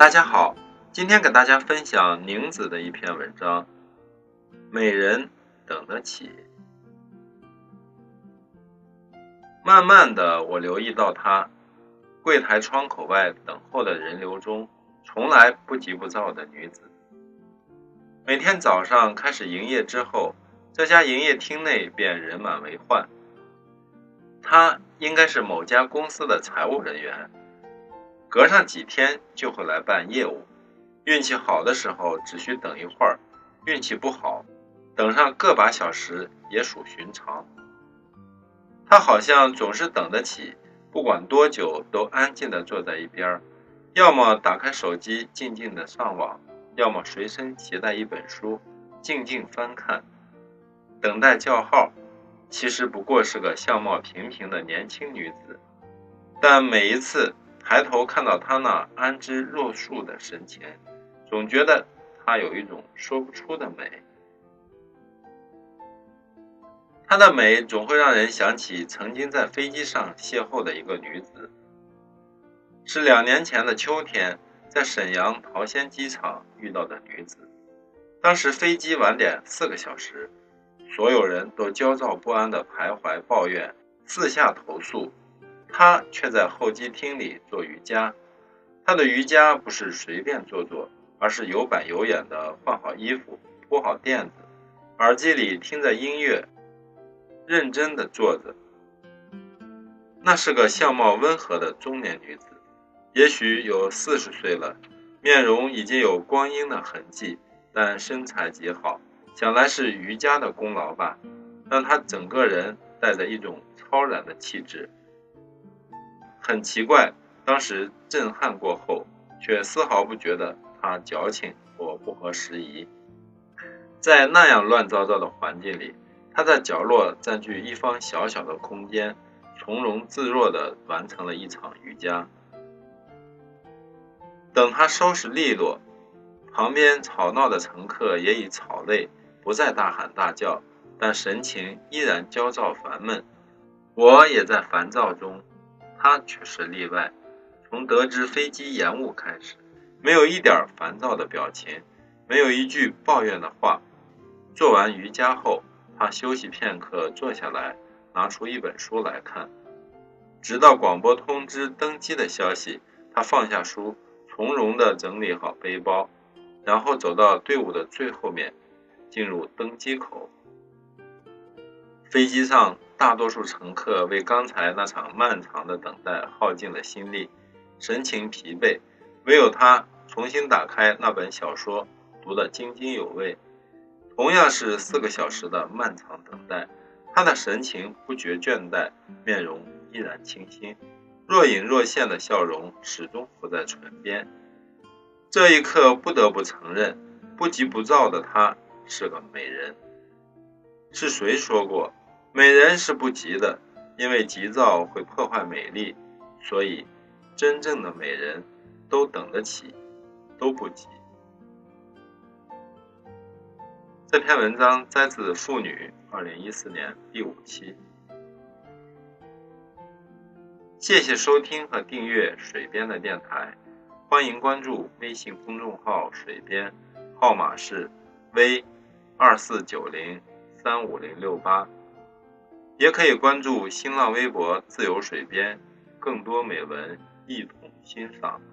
大家好，今天给大家分享宁子的一篇文章，美人等得起。慢慢的，我留意到她柜台窗口外等候的人流中，从来不急不躁的女子。每天早上开始营业之后，这家营业厅内便人满为患。她应该是某家公司的财务人员，隔上几天就会来办业务，运气好的时候只需等一会儿，运气不好，等上个把小时也属寻常。他好像总是等得起，不管多久都安静地坐在一边，要么打开手机静静地上网，要么随身携带一本书静静翻看。等待叫号，其实不过是个相貌平平的年轻女子，但每一次抬头看到她那安之若素的神情，总觉得她有一种说不出的美。她的美总会让人想起曾经在飞机上邂逅的一个女子，是2年前的秋天，在沈阳桃仙机场遇到的女子。当时飞机晚点4个小时，所有人都焦躁不安地徘徊抱怨，四下投诉。她却在候机厅里做瑜伽。她的瑜伽不是随便做，而是有板有眼地换好衣服，铺好垫子，耳机里听着音乐，认真地坐着。那是个相貌温和的中年女子，也许有40岁了，面容已经有光阴的痕迹，但身材极好，想来是瑜伽的功劳吧，让她整个人带着一种超然的气质。很奇怪，当时震撼过后，却丝毫不觉得她矫情或不合时宜。在那样乱糟糟的环境里，她在角落占据一方小小的空间，从容自若地完成了一场瑜伽。等她收拾利落，旁边吵闹的乘客也已吵累，不再大喊大叫，但神情依然焦躁烦闷。我也在烦躁中，他却是例外。从得知飞机延误开始，没有一点烦躁的表情，没有一句抱怨的话。做完瑜伽后，他休息片刻坐下来，拿出一本书来看。直到广播通知登机的消息，他放下书，从容地整理好背包，然后走到队伍的最后面，进入登机口。飞机上大多数乘客为刚才那场漫长的等待耗尽了心力，神情疲惫，唯有他重新打开那本小说，读得津津有味。同样是4个小时的漫长等待，他的神情不觉倦怠，面容依然清新，若隐若现的笑容始终浮在唇边。这一刻不得不承认，不急不躁的她是个美人。是谁说过，美人是不急的，因为急躁会破坏美丽，所以真正的美人都等得起，都不急。这篇文章摘自《妇女》2014年第5期。谢谢收听和订阅水边的电台，欢迎关注微信公众号水边，号码是 V2490350068，也可以关注新浪微博自由水边，更多美文一同欣赏。